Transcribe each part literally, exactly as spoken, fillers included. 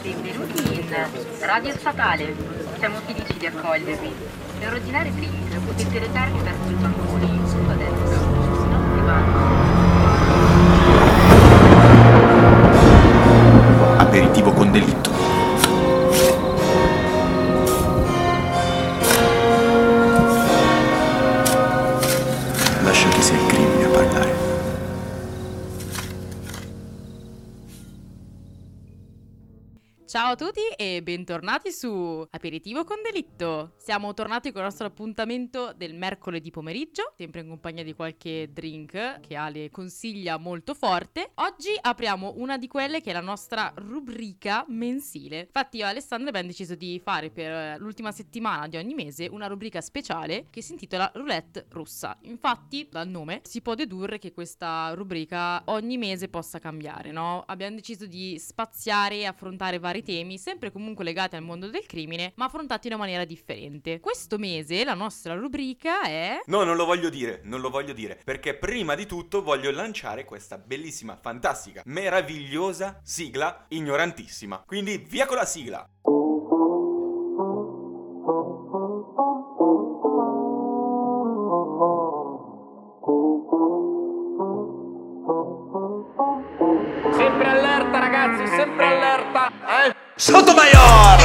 Benvenuti in Radio Statale. Siamo felici di accogliervi. Per ordinare drink potete recarvi verso il bancone in fondo a destra. I nostri bar. Aperitivo con delitto. Lascia che sia il crimine a parlare. Ciao a tutti e bentornati su Aperitivo con Delitto. Siamo tornati con il nostro appuntamento del mercoledì pomeriggio, sempre in compagnia di qualche drink che Ale consiglia molto forte. Oggi apriamo una di quelle che è la nostra rubrica mensile. Infatti io e Alessandra abbiamo deciso di fare per l'ultima settimana di ogni mese una rubrica speciale che si intitola Roulette Russa. Infatti dal nome si può dedurre che questa rubrica ogni mese possa cambiare, no? Abbiamo deciso di spaziare e affrontare vari temi, sempre comunque legati al mondo del crimine, ma affrontati in una maniera differente. Questo mese la nostra rubrica è... No, non lo voglio dire, non lo voglio dire, perché prima di tutto voglio lanciare questa bellissima, fantastica, meravigliosa sigla ignorantissima. Quindi via con la sigla! Sempre allerta ragazzi, sempre allerta, eh? Sotomayor!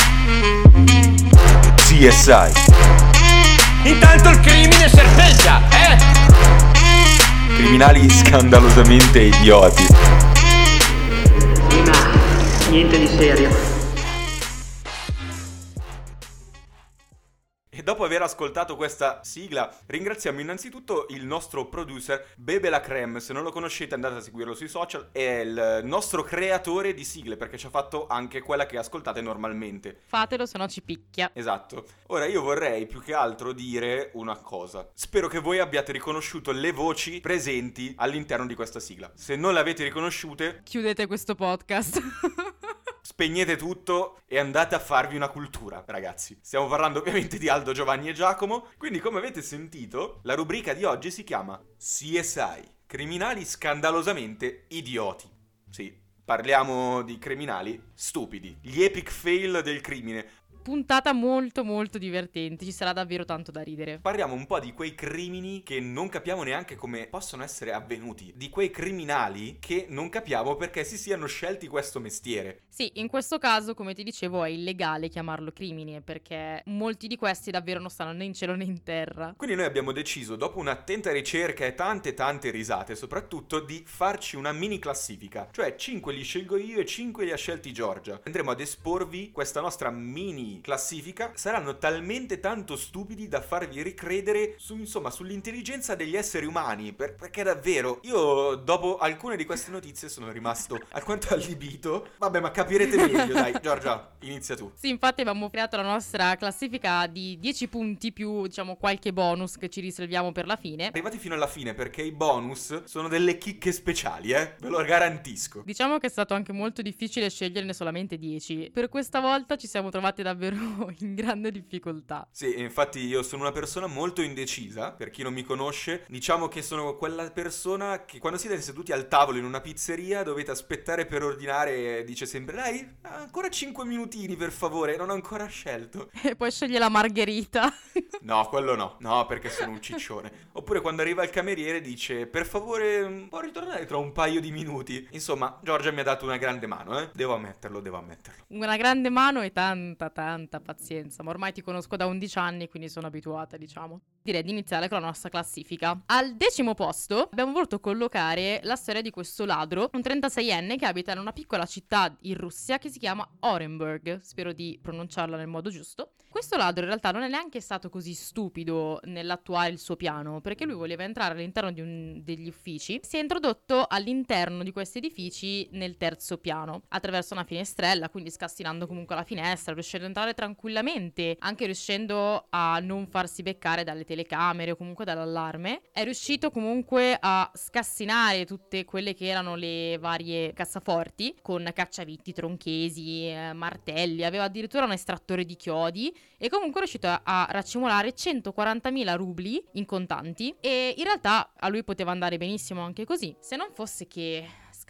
C S I. Intanto il crimine serpeggia, eh? Criminali scandalosamente idioti. Sì, ma niente di serio. E dopo aver ascoltato questa sigla, ringraziamo innanzitutto il nostro producer Bebe la Creme. Se non lo conoscete andate a seguirlo sui social, è il nostro creatore di sigle, perché ci ha fatto anche quella che ascoltate normalmente. Fatelo, se no ci picchia. Esatto. Ora io vorrei più che altro dire una cosa. Spero che voi abbiate riconosciuto le voci presenti all'interno di questa sigla. Se non le avete riconosciute, Chiudete questo podcast. spegnete tutto e andate a farvi una cultura, ragazzi. Stiamo parlando ovviamente di Aldo, Giovanni e Giacomo. Quindi, come avete sentito, la rubrica di oggi si chiama C S I, criminali scandalosamente idioti. Sì, parliamo di criminali stupidi, gli epic fail del crimine. Puntata molto molto divertente, ci sarà davvero tanto da ridere. Parliamo un po' di quei crimini che non capiamo neanche come possono essere avvenuti, di quei criminali che non capiamo perché si siano scelti questo mestiere. Sì, in questo caso, come ti dicevo, è illegale chiamarlo crimine, perché molti di questi davvero non stanno né in cielo né in terra. Quindi noi abbiamo deciso, dopo un'attenta ricerca e tante tante risate soprattutto, di farci una mini classifica. Cioè cinque li scelgo io e cinque li ha scelti Giorgia. Andremo ad esporvi questa nostra mini classifica. Saranno talmente tanto stupidi da farvi ricredere su, insomma, sull'intelligenza degli esseri umani, per, perché davvero io dopo alcune di queste notizie sono rimasto alquanto allibito. Vabbè, ma capirete meglio, dai. Giorgia, inizia tu. Sì, infatti abbiamo creato la nostra classifica di dieci punti più, diciamo, qualche bonus che ci riserviamo per la fine. Arrivati fino alla fine, perché i bonus sono delle chicche speciali, eh? Ve lo garantisco. Diciamo che è stato anche molto difficile sceglierne solamente dieci. Per questa volta ci siamo trovati davvero in grande difficoltà. Sì, infatti io sono una persona molto indecisa. Per chi non mi conosce, diciamo che sono quella persona che quando siete seduti al tavolo in una pizzeria dovete aspettare per ordinare e dice sempre: dai, ancora cinque minutini per favore, non ho ancora scelto. E poi sceglie la margherita. No, quello no, no, perché sono un ciccione. Oppure quando arriva il cameriere dice: per favore, può ritornare tra un paio di minuti. Insomma, Giorgia mi ha dato una grande mano, eh. Devo ammetterlo, devo ammetterlo. Una grande mano e tanta tanta pazienza, ma ormai ti conosco da undici anni, quindi sono abituata, diciamo. Direi di iniziare con la nostra classifica. Al decimo posto abbiamo voluto collocare la storia di questo ladro, un trentaseienne che abita in una piccola città in Russia che si chiama Orenburg, spero di pronunciarla nel modo giusto. Questo ladro in realtà non è neanche stato così stupido nell'attuare il suo piano, perché lui voleva entrare all'interno di un, degli uffici. Si è introdotto all'interno di questi edifici nel terzo piano, attraverso una finestrella, quindi scassinando comunque la finestra, riuscendo ad entrare tranquillamente, anche riuscendo a non farsi beccare dalle telecamere o comunque dall'allarme. È riuscito comunque a scassinare tutte quelle che erano le varie cassaforti, con cacciaviti, tronchesi, eh, martelli, aveva addirittura un estrattore di chiodi, e comunque è riuscito a, a raccimolare centoquarantamila rubli in contanti, e in realtà a lui poteva andare benissimo anche così, se non fosse che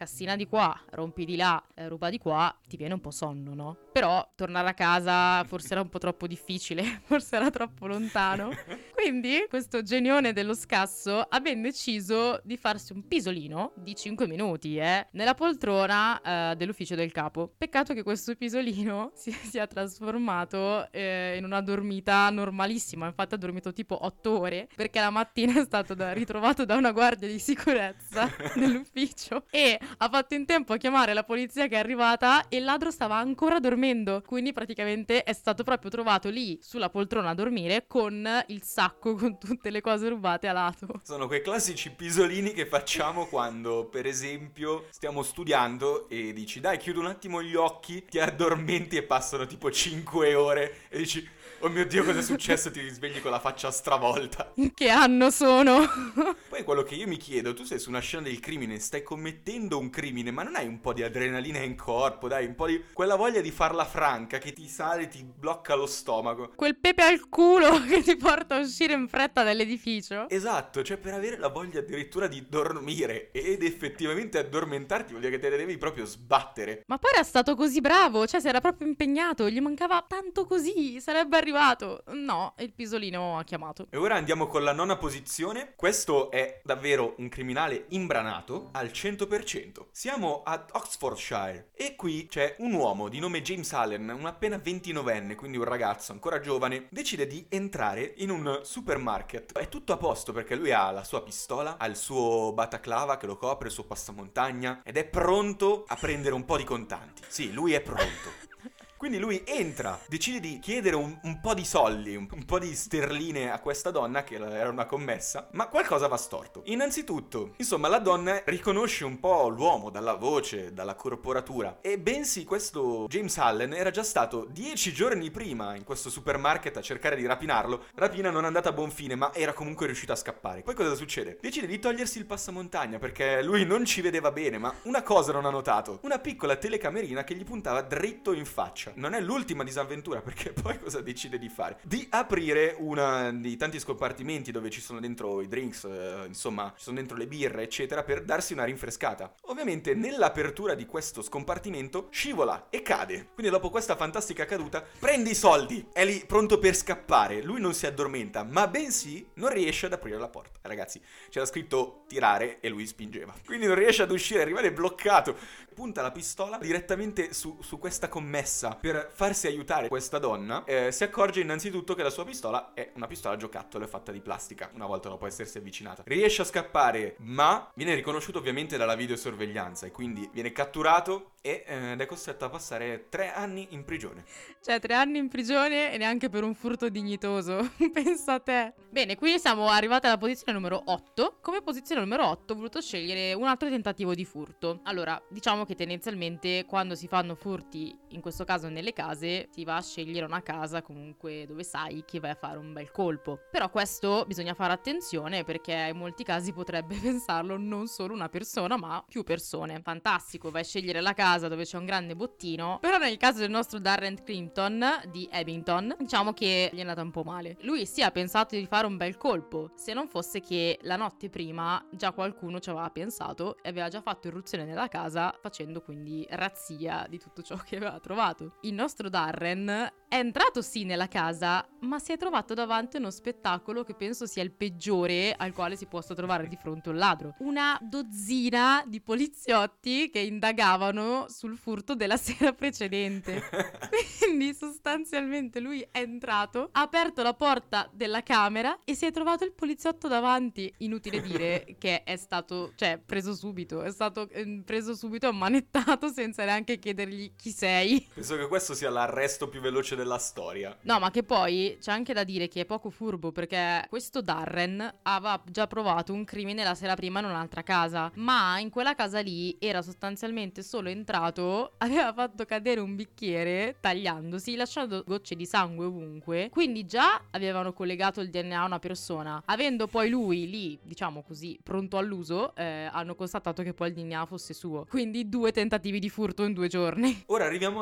cassina di qua, rompi di là, eh, ruba di qua, ti viene un po' sonno, no? Però tornare a casa forse era un po' troppo difficile, forse era troppo lontano. Quindi questo genione dello scasso ha ben deciso di farsi un pisolino di cinque minuti, eh, nella poltrona eh, dell'ufficio del capo. Peccato che questo pisolino si sia trasformato eh, in una dormita normalissima, infatti ha dormito tipo otto ore, perché la mattina è stato da, ritrovato da una guardia di sicurezza nell'ufficio e ha fatto in tempo a chiamare la polizia che è arrivata e il ladro stava ancora dormendo, quindi praticamente è stato proprio trovato lì sulla poltrona a dormire con il sacco con tutte le cose rubate a lato. Sono quei classici pisolini che facciamo quando, per esempio, stiamo studiando e dici dai chiudo un attimo gli occhi, ti addormenti e passano tipo cinque ore e dici oh mio Dio cosa è successo, ti risvegli con la faccia stravolta. Che anno sono? Poi quello che io mi chiedo, tu sei su una scena del crimine, stai commettendo un crimine, ma non hai un po' di adrenalina in corpo, dai, un po' di quella voglia di farla franca che ti sale, ti blocca lo stomaco. Quel pepe al culo che ti porta a uscire in fretta dall'edificio. Esatto, cioè per avere la voglia addirittura di dormire ed effettivamente addormentarti vuol dire che te ne devi proprio sbattere. Ma poi era stato così bravo, cioè si era proprio impegnato, gli mancava tanto così, sarebbe arrivato. No, il pisolino ha chiamato. E ora andiamo con la nona posizione. Questo è davvero un criminale imbranato al cento per cento. Siamo ad Oxfordshire e qui c'è un uomo di nome James Allen, un appena ventinovenne, quindi un ragazzo ancora giovane, decide di entrare in un supermarket. È tutto a posto perché lui ha la sua pistola, ha il suo balaclava che lo copre, il suo passamontagna ed è pronto a prendere un po' di contanti. Sì, lui è pronto. Quindi lui entra, decide di chiedere un, un po' di soldi, un, un po' di sterline a questa donna, che era una commessa, ma qualcosa va storto. Innanzitutto, insomma, la donna riconosce un po' l'uomo dalla voce, dalla corporatura. E bensì questo James Allen era già stato dieci giorni prima in questo supermarket a cercare di rapinarlo. Rapina non è andata a buon fine, ma era comunque riuscito a scappare. Poi cosa succede? Decide di togliersi il passamontagna perché lui non ci vedeva bene, ma una cosa non ha notato. Una piccola telecamerina che gli puntava dritto in faccia. Non è l'ultima disavventura perché poi cosa decide di fare? Di aprire uno dei tanti scompartimenti dove ci sono dentro i drinks, eh, insomma ci sono dentro le birre eccetera, per darsi una rinfrescata. Ovviamente nell'apertura di questo scompartimento scivola e cade. Quindi dopo questa fantastica caduta prende i soldi, è lì pronto per scappare. Lui non si addormenta ma bensì non riesce ad aprire la porta. Ragazzi, c'era scritto tirare e lui spingeva, quindi non riesce ad uscire, rimane bloccato. Punta la pistola direttamente su, su questa commessa per farsi aiutare questa donna. eh, Si accorge innanzitutto che la sua pistola è una pistola a giocattolo, è fatta di plastica, una volta dopo essersi avvicinata. Riesce a scappare ma viene riconosciuto ovviamente dalla videosorveglianza e quindi viene catturato e, eh, ed è costretto a passare tre anni in prigione. Cioè tre anni in prigione e neanche per un furto dignitoso. Pensa a te. Bene, quindi siamo arrivati alla posizione numero otto. Come posizione numero otto ho voluto scegliere un altro tentativo di furto. Allora, diciamo che tendenzialmente quando si fanno furti, in questo caso nelle case, si va a scegliere una casa comunque dove sai che vai a fare un bel colpo. Però questo bisogna fare attenzione perché in molti casi potrebbe pensarlo non solo una persona ma più persone. Fantastico, vai a scegliere la casa dove c'è un grande bottino. Però nel caso del nostro Darren Crimpton di Abington, diciamo che gli è andata un po' male. Lui sì ha pensato di fare un bel colpo, se non fosse che la notte prima già qualcuno ci aveva pensato e aveva già fatto irruzione nella casa, facendo quindi razzia di tutto ciò che aveva trovato. Il nostro Darren è entrato sì nella casa, ma si è trovato davanti a uno spettacolo che penso sia il peggiore al quale si possa trovare di fronte un ladro. Una dozzina di poliziotti che indagavano sul furto della sera precedente. Quindi sostanzialmente lui è entrato, ha aperto la porta della camera e si è trovato il poliziotto davanti. Inutile dire che è stato, cioè, preso subito, è stato eh, preso subito, ammanettato senza neanche chiedergli chi sei. Penso che questo sia l'arresto più veloce della storia. No, ma che poi c'è anche da dire che è poco furbo perché questo Darren aveva già provato un crimine la sera prima in un'altra casa, ma in quella casa lì era sostanzialmente solo entrato, aveva fatto cadere un bicchiere tagliandosi, lasciando gocce di sangue ovunque, quindi già avevano collegato il D N A a una persona. Avendo poi lui lì, diciamo così, pronto all'uso, eh, hanno constatato che poi il D N A fosse suo. Quindi due tentativi di furto in due giorni. Ora arriviamo alla settima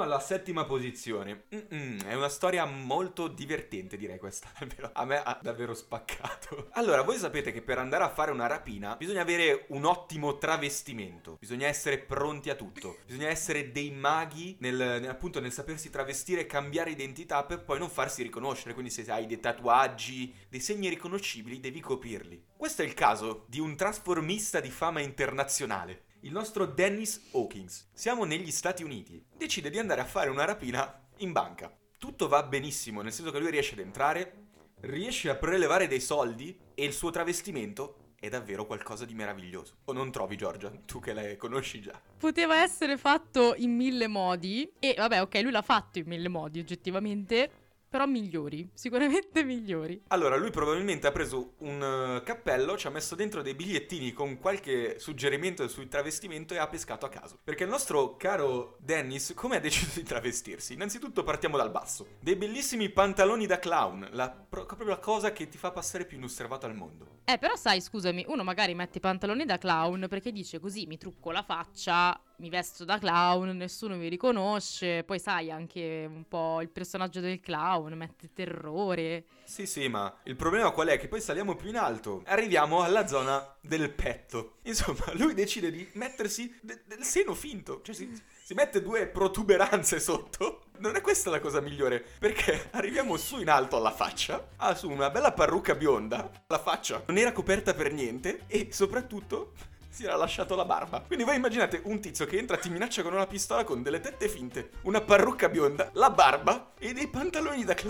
settima posizione. Mm-mm, è una storia molto divertente, direi questa. A me ha davvero spaccato. Allora, voi sapete che per andare a fare una rapina bisogna avere un ottimo travestimento. Bisogna essere pronti a tutto. Bisogna essere dei maghi nel, nel, appunto nel sapersi travestire e cambiare identità per poi non farsi riconoscere. Quindi se hai dei tatuaggi, dei segni riconoscibili, devi coprirli. Questo è il caso di un trasformista di fama internazionale. Il nostro Dennis Hawkins. Siamo negli Stati Uniti. Decide di andare a fare una rapina in banca. Tutto va benissimo, nel senso che lui riesce ad entrare, riesce a prelevare dei soldi e il suo travestimento è davvero qualcosa di meraviglioso. O non trovi, Giorgia? Tu che la conosci già. Poteva essere fatto in mille modi e vabbè, ok, lui l'ha fatto in mille modi oggettivamente. Però migliori, sicuramente migliori. Allora, lui probabilmente ha preso un uh, cappello, ci ha messo dentro dei bigliettini con qualche suggerimento sul travestimento e ha pescato a caso. Perché il nostro caro Dennis, come ha deciso di travestirsi? Innanzitutto partiamo dal basso. Dei bellissimi pantaloni da clown, la, pro- proprio la cosa che ti fa passare più inosservato al mondo. Eh, però sai, scusami, uno magari mette i pantaloni da clown perché dice così mi trucco la faccia, mi vesto da clown, nessuno mi riconosce, poi sai anche un po' il personaggio del clown, mette terrore. Sì, sì, ma il problema qual è? Che poi saliamo più in alto, arriviamo alla zona del petto. Insomma, lui decide di mettersi de- del seno finto, cioè si, si mette due protuberanze sotto. Non è questa la cosa migliore, perché arriviamo su in alto alla faccia, ha su una bella parrucca bionda, la faccia non era coperta per niente e soprattutto si era lasciato la barba. Quindi voi immaginate un tizio che entra, ti minaccia con una pistola con delle tette finte, una parrucca bionda, la barba e dei pantaloni da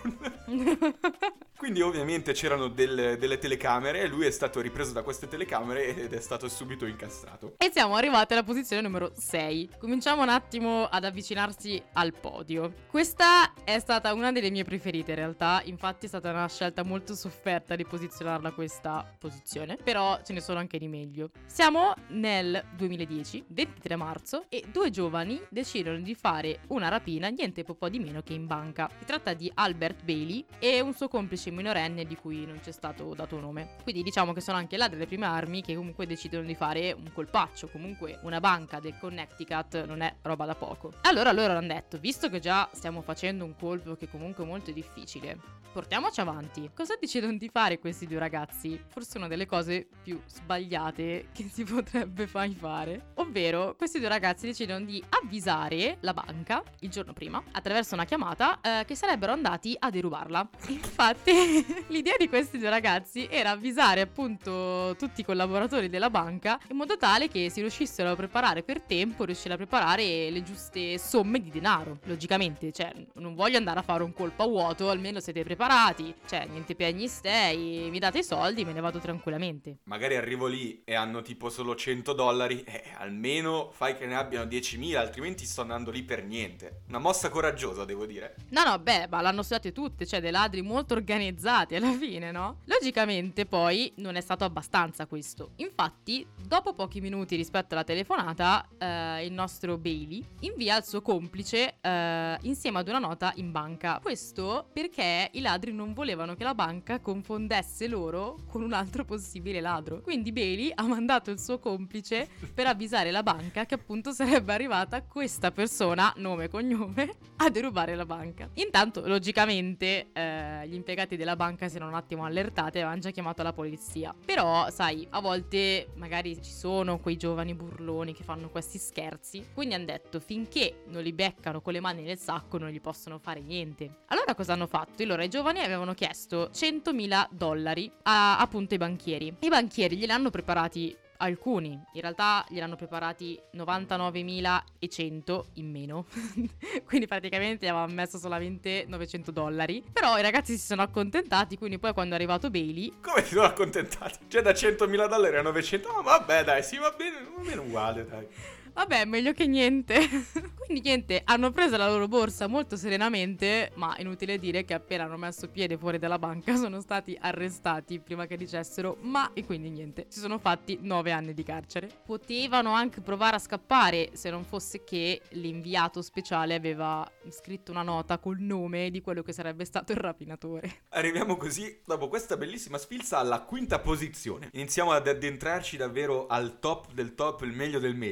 clown. Quindi ovviamente c'erano del, delle telecamere e lui è stato ripreso da queste telecamere ed è stato subito incastrato. E siamo arrivati alla posizione numero sei. Cominciamo un attimo ad avvicinarsi al podio. Questa è stata una delle mie preferite in realtà, infatti è stata una scelta molto sofferta di posizionarla a questa posizione, però ce ne sono anche di meglio. Siamo nel duemiladieci, ventitré marzo, e due giovani decidono di fare una rapina niente po' di meno che in banca. Si tratta di Albert Bailey e un suo complice minorenne di cui non c'è stato dato nome. Quindi diciamo che sono anche là delle prime armi che comunque decidono di fare un colpaccio. Comunque una banca del Connecticut non è roba da poco. Allora loro hanno detto, visto che già stiamo facendo un colpo che comunque è molto difficile, portiamoci avanti. Cosa decidono di fare questi due ragazzi? Forse una delle cose più sbagliate che si potrebbe mai fare. Ovvero, questi due ragazzi decidono di avvisare la banca il giorno prima, attraverso una chiamata, eh, che sarebbero andati a derubarla. Infatti, l'idea di questi due ragazzi era avvisare appunto tutti i collaboratori della banca in modo tale che si riuscissero a preparare per tempo, riuscire a preparare le giuste somme di denaro. Logicamente, cioè, non voglio andare a fare un colpo a vuoto, almeno siete preparati, cioè, niente piagni stei, mi date i soldi, me ne vado tranquillamente. Magari arrivo lì e hanno tipo solo cento dollari, eh, almeno fai che ne abbiano diecimila, altrimenti sto andando lì per niente. Una mossa coraggiosa, devo dire. No, no, beh, ma l'hanno studiate tutte, cioè dei ladri molto organizzati alla fine, no? Logicamente poi non è stato abbastanza questo. Infatti, dopo pochi minuti rispetto alla telefonata, eh, il nostro Bailey invia il suo complice eh, insieme ad una nota in banca. Questo perché i ladri non volevano che la banca confondesse loro con un altro possibile ladro. Quindi Bailey ha mandato il suo complice per avvisare la banca che appunto sarebbe arrivata questa persona, nome e cognome, a derubare la banca. Intanto, logicamente, eh, gli impiegati della banca si erano un attimo allertati e avevano già chiamato la polizia. Però, sai, a volte magari ci sono quei giovani burloni che fanno questi scherzi, quindi hanno detto finché non li beccano con le mani nel sacco non gli possono fare niente. Allora cosa hanno fatto? Allora i giovani avevano chiesto centomila dollari a appunto i banchieri. I banchieri gliel'hanno preparati alcuni, in realtà gliel'hanno preparati novantanovemilacento in meno. Quindi praticamente avevano messo solamente novecento dollari. Però i ragazzi si sono accontentati, quindi poi quando è arrivato Bailey... Come si sono accontentati? Cioè da centomila dollari a novecento? Oh, vabbè dai, sì, va bene, va bene uguale, dai. Vabbè, meglio che niente. Quindi niente, hanno preso la loro borsa molto serenamente, ma inutile dire che appena hanno messo piede fuori dalla banca sono stati arrestati prima che dicessero ma, e quindi niente, si sono fatti nove anni di carcere. Potevano anche provare a scappare se non fosse che l'inviato speciale aveva scritto una nota col nome di quello che sarebbe stato il rapinatore. Arriviamo così, dopo questa bellissima sfilza, alla quinta posizione. Iniziamo ad addentrarci davvero al top del top, il meglio del meglio. Siamo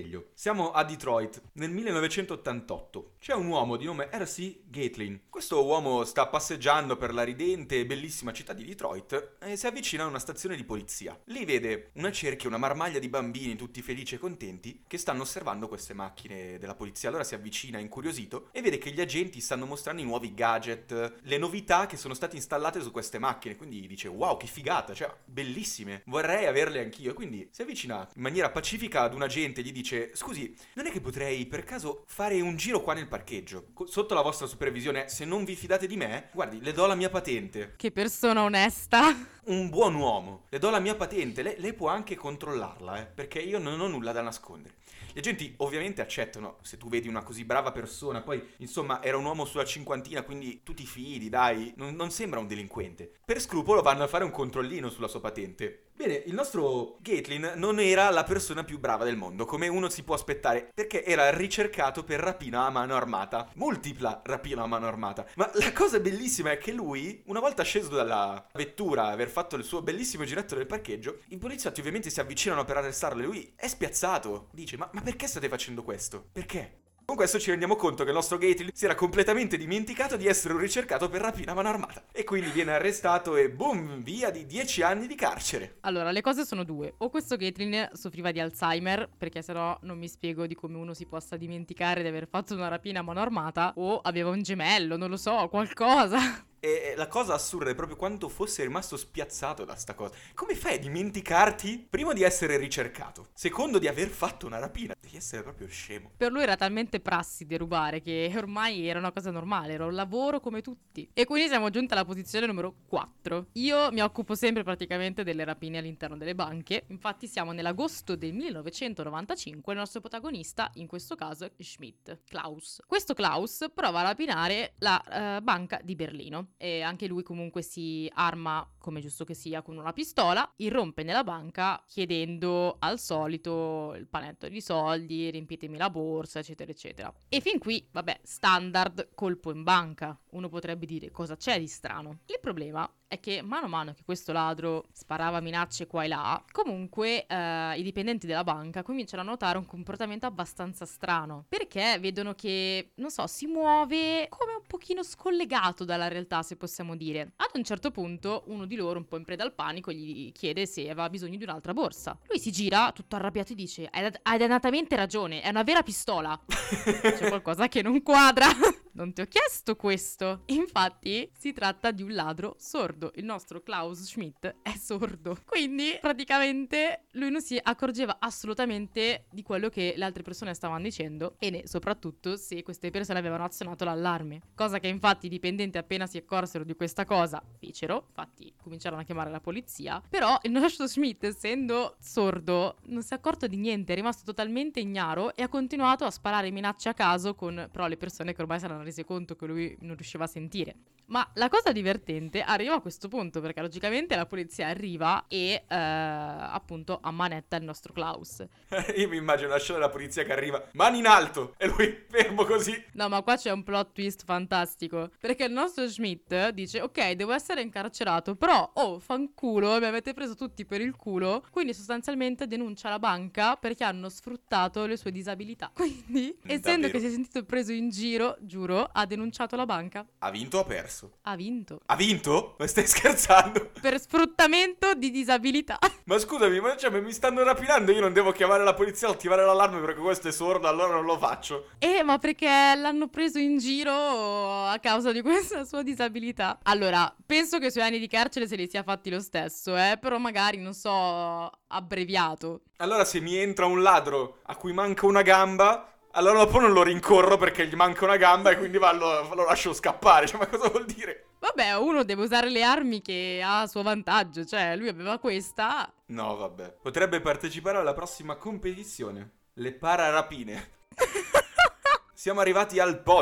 Siamo a Detroit, nel millenovecentottantotto. C'è un uomo di nome R C Gatlin. Questo uomo sta passeggiando per la ridente e bellissima città di Detroit e si avvicina a una stazione di polizia. Lì vede una cerchia, una marmaglia di bambini tutti felici e contenti che stanno osservando queste macchine della polizia. Allora si avvicina incuriosito e vede che gli agenti stanno mostrando i nuovi gadget, le novità che sono state installate su queste macchine. Quindi dice: wow, che figata, cioè bellissime, vorrei averle anch'io. E quindi si avvicina in maniera pacifica ad un agente e gli dice: scusi, non è che potrei per caso fare un giro qua nel parcheggio? Co- sotto la vostra supervisione, se non vi fidate di me, guardi, le do la mia patente. Che persona onesta. Un buon uomo. Le do la mia patente, lei, lei può anche controllarla, eh, perché io non ho nulla da nascondere. Gli agenti ovviamente accettano, se tu vedi una così brava persona. Poi, insomma, era un uomo sulla cinquantina, quindi tu ti fidi, dai, non, non sembra un delinquente. Per scrupolo vanno a fare un controllino sulla sua patente. Bene, il nostro Gatlin non era la persona più brava del mondo, come uno si può aspettare, perché era ricercato per rapina a mano armata. Multipla rapina a mano armata. Ma la cosa bellissima è che lui, una volta sceso dalla vettura, aver fatto il suo bellissimo giretto nel parcheggio, i poliziotti ovviamente si avvicinano per arrestarlo e lui è spiazzato. Dice: ma, ma perché state facendo questo? Perché? Con questo ci rendiamo conto che il nostro Gatlin si era completamente dimenticato di essere un ricercato per rapina a mano armata. E quindi viene arrestato e boom, via di dieci anni di carcere. Allora, le cose sono due. O questo Gatlin soffriva di Alzheimer, perché sennò non mi spiego di come uno si possa dimenticare di aver fatto una rapina a mano armata, o aveva un gemello, non lo so, qualcosa. E la cosa assurda è proprio quanto fosse rimasto spiazzato da sta cosa. Come fai a dimenticarti, primo, di essere ricercato, secondo, di aver fatto una rapina? Devi essere proprio scemo. Per lui era talmente prassi derubare che ormai era una cosa normale, era un lavoro come tutti. E quindi siamo giunti alla posizione numero quattro. Io mi occupo sempre praticamente delle rapine all'interno delle banche. Infatti siamo nell'agosto del millenovecentonovantacinque. Il nostro protagonista, in questo caso, è Schmidt, Klaus. Questo Klaus prova a rapinare la uh, banca di Berlino. E anche lui comunque si arma, come giusto che sia, con una pistola, irrompe nella banca chiedendo al solito il panetto di soldi, riempitemi la borsa, eccetera eccetera. E fin qui, vabbè, standard colpo in banca. Uno potrebbe dire: cosa c'è di strano? Il problema è che mano a mano che questo ladro sparava minacce qua e là, comunque eh, i dipendenti della banca cominciano a notare un comportamento abbastanza strano, perché vedono che, non so, si muove come un pochino scollegato dalla realtà, se possiamo dire. Ad un certo punto uno di loro, un po' in preda al panico, gli chiede se aveva bisogno di un'altra borsa. Lui si gira tutto arrabbiato e dice: hai, hai dannatamente ragione, è una vera pistola. C'è qualcosa che non quadra. Non ti ho chiesto questo. Infatti si tratta di un ladro sordo. Il nostro Klaus Schmidt è sordo. Quindi praticamente lui non si accorgeva assolutamente di quello che le altre persone stavano dicendo, e né soprattutto se queste persone avevano azionato l'allarme. Cosa che infatti i dipendenti, appena si accorsero di questa cosa, fecero. Infatti cominciarono a chiamare la polizia. Però il nostro Schmidt, essendo sordo, non si è accorto di niente, è rimasto totalmente ignaro e ha continuato a sparare minacce a caso, con però le persone che ormai si erano rese conto che lui non riusciva a sentire. Ma la cosa divertente arriva a questo punto, perché logicamente la polizia arriva e eh, appunto ammanetta il nostro Klaus. Io mi immagino la scena della polizia che arriva, mani in alto, e lui fermo così. No, ma qua c'è un plot twist fantastico, perché il nostro Schmidt dice: ok, devo essere incarcerato, però oh, fanculo, mi avete preso tutti per il culo. Quindi sostanzialmente denuncia la banca perché hanno sfruttato le sue disabilità. Quindi, essendo Davvero? che si è sentito preso in giro, giuro, ha denunciato la banca. Ha vinto o ha perso? Ha vinto. Ha vinto? Ma stai scherzando? Per sfruttamento di disabilità. Ma scusami, ma cioè, mi stanno rapinando, io non devo chiamare la polizia o attivare l'allarme perché questo è sordo, allora non lo faccio. Eh, ma perché l'hanno preso in giro a causa di questa sua disabilità. Allora, penso che i suoi anni di carcere se li sia fatti lo stesso, eh, però magari, non so, abbreviato. Allora se mi entra un ladro a cui manca una gamba, allora dopo non lo rincorro perché gli manca una gamba e quindi va, lo, lo lascio scappare. Cioè, ma cosa vuol dire? Vabbè, uno deve usare le armi che ha a suo vantaggio. Cioè, lui aveva questa. No, vabbè. Potrebbe partecipare alla prossima competizione. Le pararapine. Siamo arrivati al podio.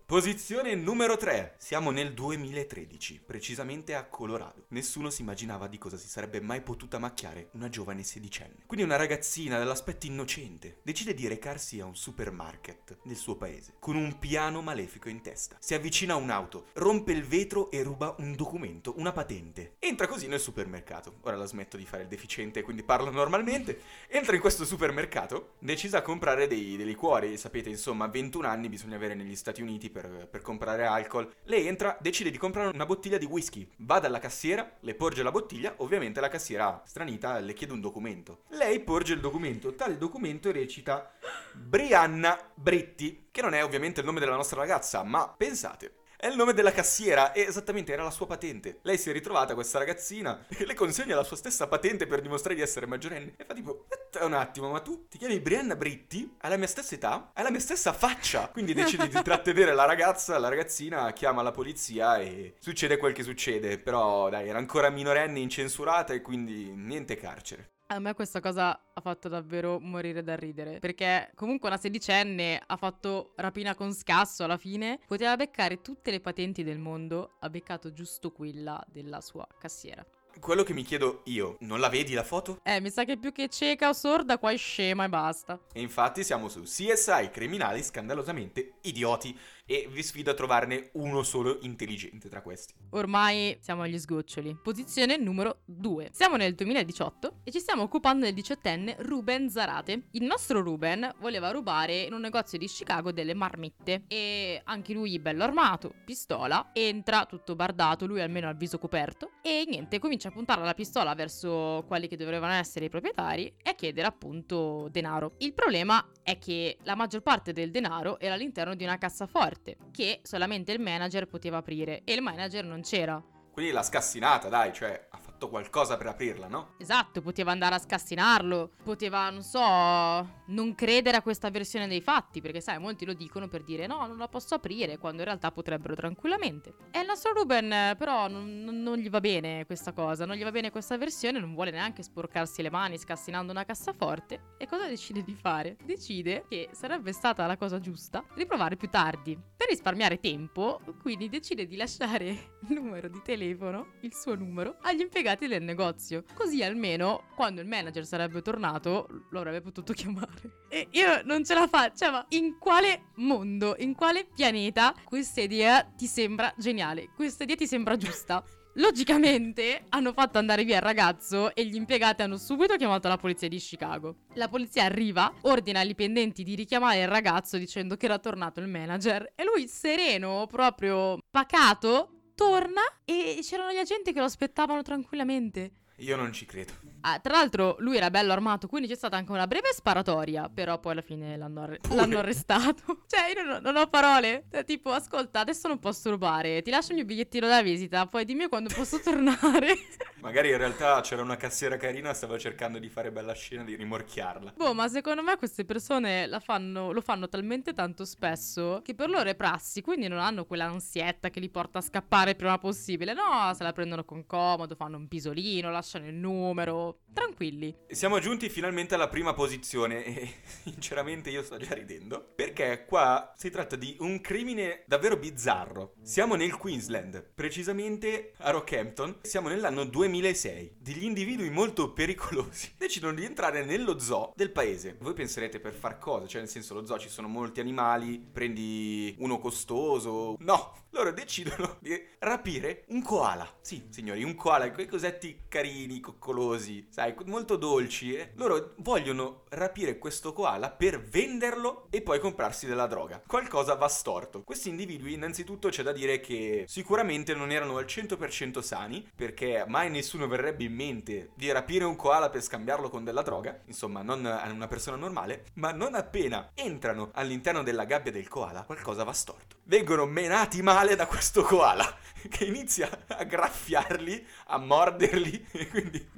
Posizione numero tre. Siamo nel duemilatredici, precisamente a Colorado. Nessuno si immaginava di cosa si sarebbe mai potuta macchiare una giovane sedicenne. Quindi una ragazzina dall'aspetto innocente decide di recarsi a un supermarket del suo paese con un piano malefico in testa. Si avvicina a un'auto, rompe il vetro e ruba un documento, una patente. Entra così nel supermercato. Ora la smetto di fare il deficiente, quindi parlo normalmente. Entra in questo supermercato, decisa a comprare dei, dei liquori. Sapete, insomma, a ventuno anni bisogna avere negli Stati Uniti per, per comprare alcol. Lei entra, decide di comprare una bottiglia di whisky. Va dalla cassiera, le porge la bottiglia. Ovviamente la cassiera, stranita, le chiede un documento. Lei porge il documento. Tale documento recita Brianna Britti, che non è ovviamente il nome della nostra ragazza, ma pensate, è il nome della cassiera e esattamente era la sua patente. Lei si è ritrovata, questa ragazzina, e le consegna la sua stessa patente per dimostrare di essere maggiorenne. E fa tipo, aspetta un attimo, ma tu ti chiami Brianna Britti? Hai la mia stessa età? Hai la mia stessa faccia? Quindi decide di trattenere la ragazza, la ragazzina chiama la polizia e succede quel che succede. Però dai, era ancora minorenne, incensurata e quindi niente carcere. A me questa cosa ha fatto davvero morire da ridere, perché comunque una sedicenne ha fatto rapina con scasso alla fine, poteva beccare tutte le patenti del mondo, ha beccato giusto quella della sua cassiera. Quello che mi chiedo io, non la vedi la foto? Eh, mi sa che più che cieca o sorda, qua è scema e basta. E infatti siamo su C S I, criminali scandalosamente idioti, e vi sfido a trovarne uno solo intelligente tra questi. Ormai siamo agli sgoccioli. Posizione numero due. Siamo nel duemiladiciotto e ci stiamo occupando del diciottenne Ruben Zarate. Il nostro Ruben voleva rubare in un negozio di Chicago delle marmitte e anche lui bello armato, pistola, entra tutto bardato, lui almeno ha il viso coperto e niente, comincia a puntare la pistola verso quelli che dovevano essere i proprietari e a chiedere appunto denaro. Il problema è che la maggior parte del denaro era all'interno di una cassaforte che solamente il manager poteva aprire e il manager non c'era. Quindi l'ha scassinata, dai, cioè ha fatto qualcosa per aprirla, no? Esatto, poteva andare a scassinarlo, poteva, non so, non credere a questa versione dei fatti, perché sai, molti lo dicono per dire no, non la posso aprire, quando in realtà potrebbero tranquillamente. E il nostro Ruben però non, non, non gli va bene questa cosa, non gli va bene questa versione, non vuole neanche sporcarsi le mani scassinando una cassaforte. E cosa decide di fare? Decide che sarebbe stata la cosa giusta riprovare più tardi. Per risparmiare tempo, quindi decide di lasciare il numero di telefono, il suo numero, agli impiegati del negozio. Così almeno, quando il manager sarebbe tornato, lo avrebbe potuto chiamare. E io non ce la faccio, ma in quale mondo, in quale pianeta questa idea ti sembra geniale? Questa idea ti sembra giusta? Logicamente hanno fatto andare via il ragazzo e gli impiegati hanno subito chiamato la polizia di Chicago. La polizia arriva, ordina ai dipendenti di richiamare il ragazzo dicendo che era tornato il manager e lui sereno, proprio pacato, torna e c'erano gli agenti che lo aspettavano tranquillamente. Io non ci credo. Ah, tra l'altro lui era bello armato, quindi c'è stata anche una breve sparatoria, però poi alla fine l'hanno, arre- l'hanno arrestato. Cioè io non, non ho parole. Cioè, tipo, ascolta, adesso non posso rubare, ti lascio il mio bigliettino da visita, poi dimmi quando posso tornare. Magari in realtà c'era una cassiera carina e stava cercando di fare bella scena, di rimorchiarla. Boh, ma secondo me queste persone la fanno, lo fanno talmente tanto spesso che per loro è prassi, quindi non hanno quell'ansietta che li porta a scappare il prima possibile. No, se la prendono con comodo, fanno un pisolino, lasciano il numero, tranquilli. Siamo giunti finalmente alla prima posizione e sinceramente io sto già ridendo, perché qua si tratta di un crimine davvero bizzarro. Siamo nel Queensland, precisamente a Rockhampton. Siamo nell'anno duemilasei. Degli individui molto pericolosi decidono di entrare nello zoo del paese. Voi penserete per far cosa? Cioè nel senso, lo zoo ci sono molti animali, prendi uno costoso. No, loro decidono di rapire un koala. Sì, signori, un koala, quei cosetti carini, coccolosi, sai, molto dolci. Eh? Loro vogliono rapire questo koala per venderlo e poi comprarsi della droga. Qualcosa va storto. Questi individui, innanzitutto, c'è da dire che sicuramente non erano al cento per cento sani, perché mai nessuno verrebbe in mente di rapire un koala per scambiarlo con della droga, insomma, non a una persona normale. Ma non appena entrano all'interno della gabbia del koala, qualcosa va storto. Vengono menati male da questo koala, che inizia a graffiarli, a morderli, e quindi vengono trovati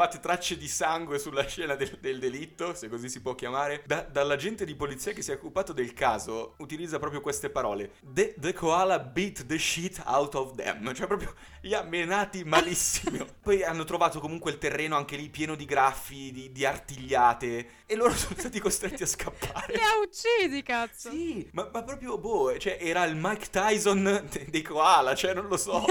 trovate tracce di sangue sulla scena del, del delitto, se così si può chiamare. Da, dall'agente di polizia che si è occupato del caso utilizza proprio queste parole: The, the koala beat the shit out of them. Cioè proprio li ha menati malissimo. Poi hanno trovato comunque il terreno anche lì pieno di graffi, di, di artigliate, e loro sono stati costretti a scappare. Li ha uccisi, cazzo. Sì, ma, ma proprio boh, cioè era il Mike Tyson de- dei koala, cioè non lo so.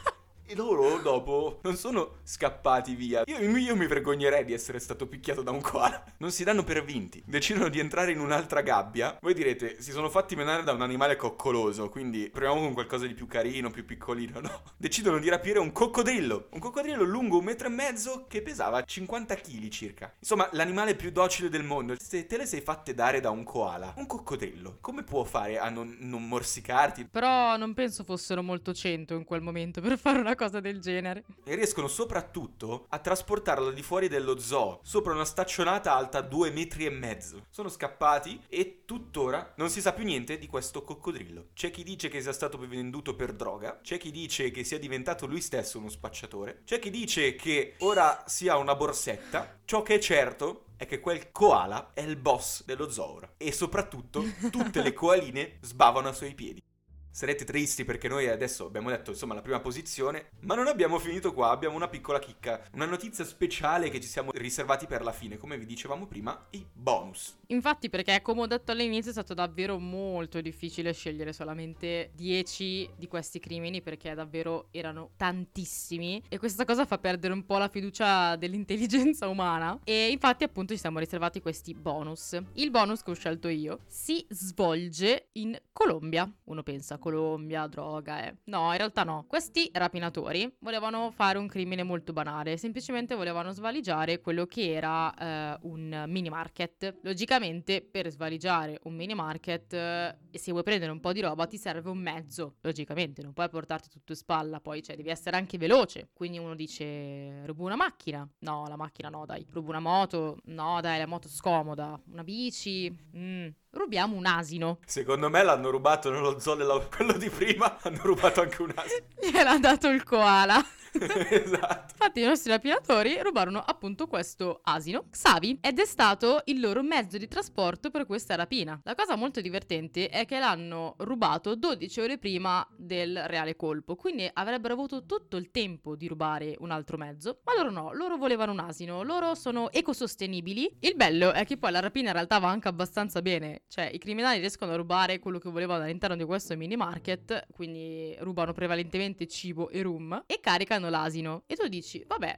E loro dopo non sono scappati via. Io, io mi vergognerei di essere stato picchiato da un koala. Non si danno per vinti. Decidono di entrare in un'altra gabbia. Voi direte, si sono fatti menare da un animale coccoloso, quindi proviamo con qualcosa di più carino, più piccolino. No, decidono di rapire un coccodrillo. Un coccodrillo lungo un metro e mezzo che pesava cinquanta chili circa. Insomma, l'animale più docile del mondo. Se te le sei fatte dare da un koala, un coccodrillo, come può fare a non, non morsicarti? Però non penso fossero molto cento in quel momento per fare una cosa del genere. E riescono soprattutto a trasportarlo di fuori dello zoo, sopra una staccionata alta due metri e mezzo. Sono scappati e tuttora non si sa più niente di questo coccodrillo. C'è chi dice che sia stato venduto per droga, c'è chi dice che sia diventato lui stesso uno spacciatore, c'è chi dice che ora sia una borsetta. Ciò che è certo è che quel koala è il boss dello zoo ora. E soprattutto tutte le koaline sbavano ai suoi piedi. Sarete tristi perché noi adesso abbiamo detto insomma la prima posizione, ma non abbiamo finito qua, abbiamo una piccola chicca, una notizia speciale che ci siamo riservati per la fine, come vi dicevamo prima, i bonus. Infatti, perché come ho detto all'inizio è stato davvero molto difficile scegliere solamente dieci di questi crimini, perché davvero erano tantissimi e questa cosa fa perdere un po' la fiducia dell'intelligenza umana, e infatti appunto ci siamo riservati questi bonus. Il bonus che ho scelto io si svolge in Colombia. Uno pensa Colombia, droga, eh. No, in realtà no. Questi rapinatori volevano fare un crimine molto banale, semplicemente volevano svaligiare quello che era eh, un mini market. Logicamente per svaligiare un mini market, eh, e se vuoi prendere un po' di roba ti serve un mezzo, logicamente non puoi portarti tutto in spalla, poi cioè devi essere anche veloce. Quindi uno dice rubo una macchina, no la macchina no dai, rubo una moto, no dai la moto scomoda, una bici, mm. rubiamo un asino. Secondo me l'hanno rubato nello zoo della... quello di prima, hanno rubato anche un asino. Gliel'ha dato il koala. Esatto. Infatti i nostri rapinatori rubarono appunto questo asino, Xavi, ed è stato il loro mezzo di trasporto per questa rapina. La cosa molto divertente è che l'hanno rubato dodici ore prima del reale colpo, quindi avrebbero avuto tutto il tempo di rubare un altro mezzo, ma loro no, loro volevano un asino, loro sono ecosostenibili. Il bello è che poi la rapina in realtà va anche abbastanza bene, cioè i criminali riescono a rubare quello che volevano all'interno di questo mini market, quindi rubano prevalentemente cibo e rum e caricano l'asino. E tu dici vabbè,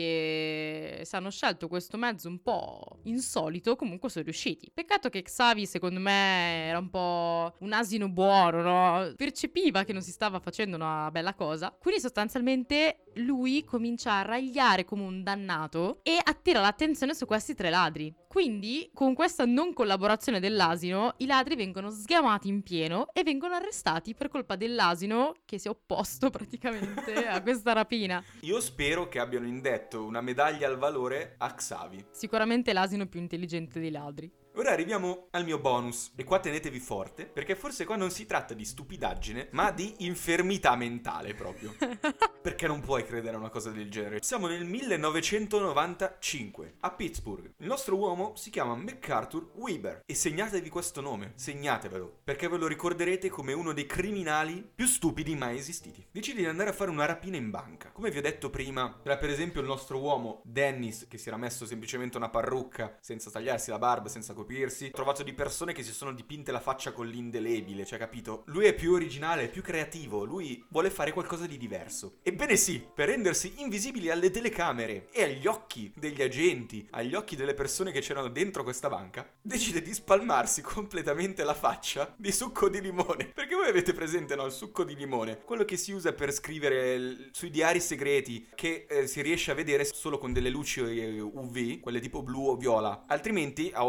anche se hanno scelto questo mezzo un po' insolito, comunque sono riusciti. Peccato che Xavi secondo me era un po' un asino buono, no? Percepiva che non si stava facendo una bella cosa, quindi sostanzialmente lui comincia a ragliare come un dannato e attira l'attenzione su questi tre ladri. Quindi con questa non collaborazione dell'asino i ladri vengono sgamati in pieno e vengono arrestati per colpa dell'asino che si è opposto praticamente a questa rapina. Io spero che abbiano indetto una medaglia al valore a Xavi. Sicuramente l'asino più intelligente dei ladri. Ora arriviamo al mio bonus, e qua tenetevi forte, perché forse qua non si tratta di stupidaggine, ma di infermità mentale proprio. Perché non puoi credere a una cosa del genere. Siamo nel millenovecentonovantacinque, a Pittsburgh. Il nostro uomo si chiama MacArthur Weber, e segnatevi questo nome, segnatevelo, perché ve lo ricorderete come uno dei criminali più stupidi mai esistiti. Decide di andare a fare una rapina in banca. Come vi ho detto prima, era per esempio il nostro uomo Dennis, che si era messo semplicemente una parrucca, senza tagliarsi la barba, senza coprirsi. Ho trovato di persone che si sono dipinte la faccia con l'indelebile, cioè capito? Lui è più originale, è più creativo, lui vuole fare qualcosa di diverso. Ebbene sì, per rendersi invisibili alle telecamere e agli occhi degli agenti, agli occhi delle persone che c'erano dentro questa banca, decide di spalmarsi completamente la faccia di succo di limone. Perché voi avete presente, no, il succo di limone? Quello che si usa per scrivere l- sui diari segreti, che eh, si riesce a vedere solo con delle luci U V, quelle tipo blu o viola. Altrimenti a occhio nudo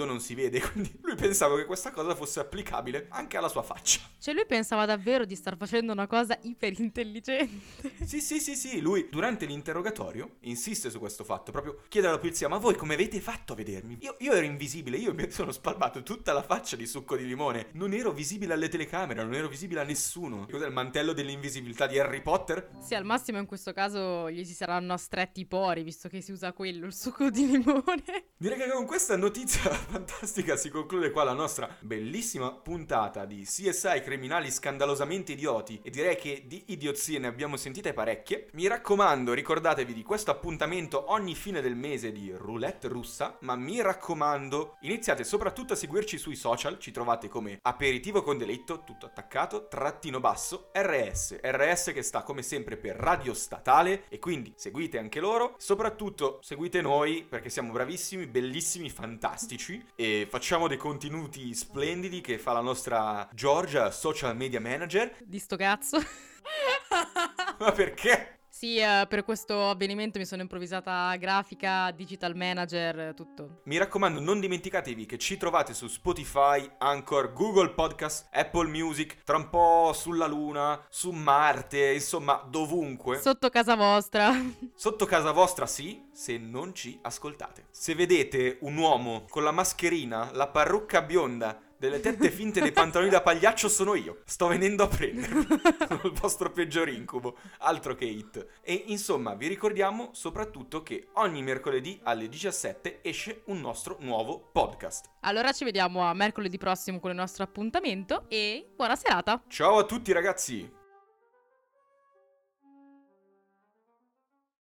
nudo non si vede, quindi lui pensava che questa cosa fosse applicabile anche alla sua faccia. Cioè lui pensava davvero di star facendo una cosa iperintelligente. Sì, sì, sì, sì, lui durante l'interrogatorio insiste su questo fatto, proprio chiede alla polizia: ma voi come avete fatto a vedermi? Io, io ero invisibile, io mi sono spalmato tutta la faccia di succo di limone, non ero visibile alle telecamere, non ero visibile a nessuno. Cos'è il mantello dell'invisibilità di Harry Potter? Sì, al massimo in questo caso gli si saranno stretti i pori, visto che si usa quello, il succo di limone. Direi che con questa notizia fantastica si conclude qua la nostra bellissima puntata di C S I Criminali Scandalosamente Idioti, e direi che di idiozie ne abbiamo sentite parecchie. Mi raccomando, ricordatevi di questo appuntamento ogni fine del mese di Roulette Russa, ma mi raccomando, iniziate soprattutto a seguirci sui social, ci trovate come Aperitivo con Delitto, tutto attaccato, trattino basso, R S, R S che sta come sempre per Radio Statale, e quindi seguite anche loro, soprattutto seguite noi perché siamo bravissimi, bellissimi, fantastici, e facciamo dei contenuti splendidi che fa la nostra Giorgia, social media manager. Di sto cazzo. Ma perché? Sì, eh, per questo avvenimento mi sono improvvisata grafica, digital manager, tutto. Mi raccomando, non dimenticatevi che ci trovate su Spotify, Anchor, Google Podcast, Apple Music, tra un po' sulla Luna, su Marte, insomma dovunque. Sotto casa vostra. Sotto casa vostra sì, se non ci ascoltate. Se vedete un uomo con la mascherina, la parrucca bionda, delle tette finte dei pantaloni da pagliaccio, sono io. Sto venendo a prendervi. Sono il vostro peggior incubo. Altro che hit. E insomma, vi ricordiamo soprattutto che ogni mercoledì alle diciassette esce un nostro nuovo podcast. Allora ci vediamo a mercoledì prossimo con il nostro appuntamento e buona serata. Ciao a tutti ragazzi!